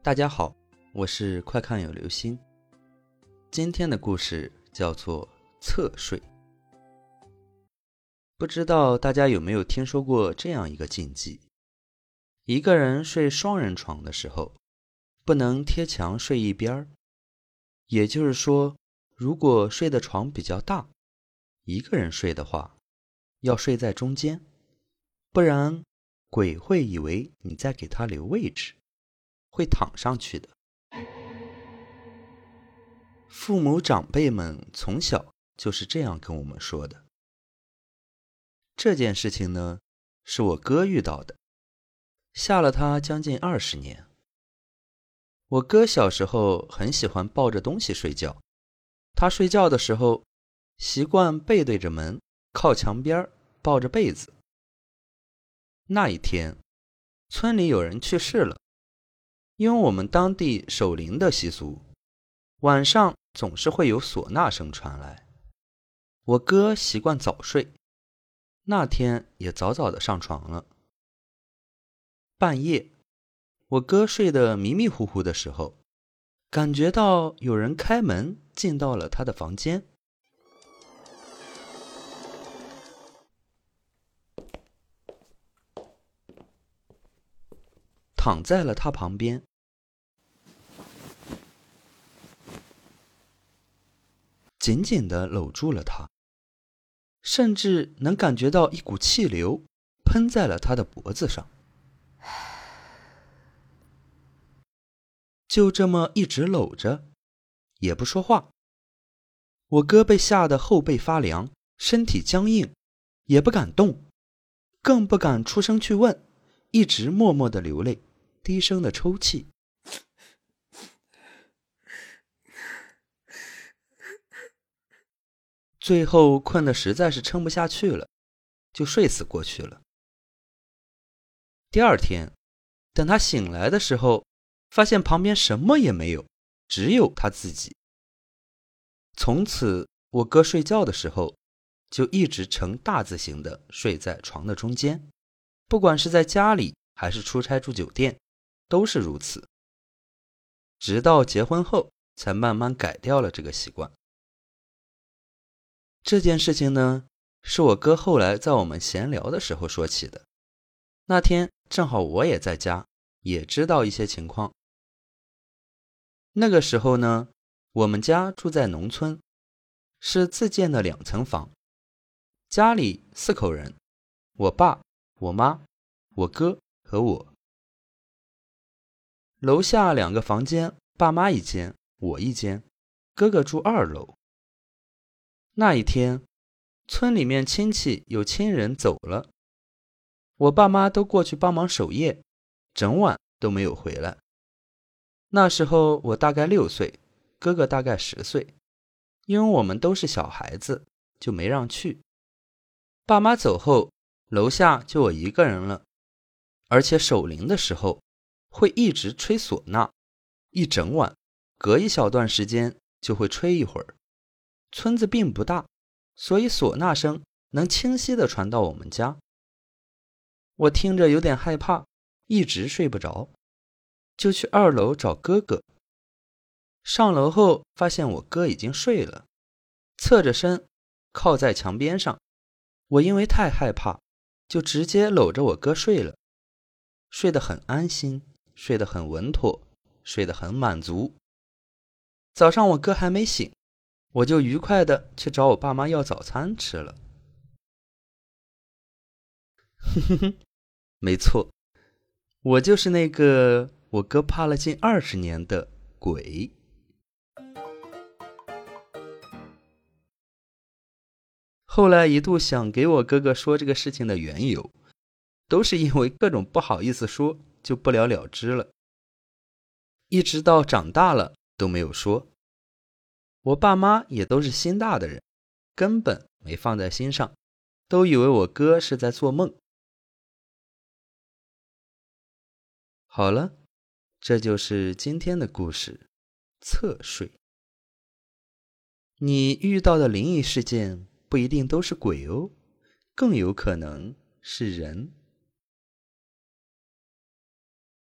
大家好，我是快看有流星。今天的故事叫做侧睡。不知道大家有没有听说过这样一个禁忌，一个人睡双人床的时候，不能贴墙睡一边，也就是说，如果睡的床比较大，一个人睡的话，要睡在中间，不然鬼会以为你在给他留位置，会躺上去的。父母长辈们从小就是这样跟我们说的。这件事情呢，是我哥遇到的，吓了他将近20年。我哥小时候很喜欢抱着东西睡觉，他睡觉的时候习惯背对着门，靠墙边抱着被子。那一天，村里有人去世了，因为我们当地守灵的习俗，晚上总是会有唢呐声传来。我哥习惯早睡，那天也早早的上床了。半夜，我哥睡得迷迷糊糊的时候，感觉到有人开门进到了他的房间。躺在了他旁边，紧紧地搂住了他，甚至能感觉到一股气流喷在了他的脖子上。就这么一直搂着，也不说话。我哥被吓得后背发凉，身体僵硬，也不敢动，更不敢出声去问，一直默默地流泪，低声地抽泣。最后困得实在是撑不下去了，就睡死过去了。第二天，等他醒来的时候，发现旁边什么也没有，只有他自己。从此，我哥睡觉的时候就一直呈大字形的睡在床的中间，不管是在家里还是出差住酒店，都是如此。直到结婚后，才慢慢改掉了这个习惯。这件事情呢，是我哥后来在我们闲聊的时候说起的。那天正好我也在家，也知道一些情况。那个时候呢，我们家住在农村，是自建的2层房，家里4口人，我爸、我妈、我哥和我。楼下2个房间，爸妈一间，我一间，哥哥住2楼。那一天，村里面亲戚有亲人走了，我爸妈都过去帮忙守夜，整晚都没有回来。那时候我大概6岁，哥哥大概10岁，因为我们都是小孩子，就没让去。爸妈走后，楼下就我一个人了，而且守灵的时候会一直吹唢呐，一整晚，隔一小段时间就会吹一会儿。村子并不大，所以唢呐声能清晰地传到我们家。我听着有点害怕，一直睡不着，就去2楼找哥哥。上楼后发现我哥已经睡了，侧着身靠在墙边上。我因为太害怕，就直接搂着我哥睡了，睡得很安心，睡得很稳妥，睡得很满足。早上我哥还没醒，我就愉快地去找我爸妈要早餐吃了。没错，我就是那个我哥怕了近20年的鬼。后来一度想给我哥哥说这个事情的缘由，都是因为各种不好意思说，就不了了之了。一直到长大了都没有说。我爸妈也都是心大的人，根本没放在心上，都以为我哥是在做梦。好了，这就是今天的故事，侧睡。你遇到的灵异事件不一定都是鬼哦，更有可能是人。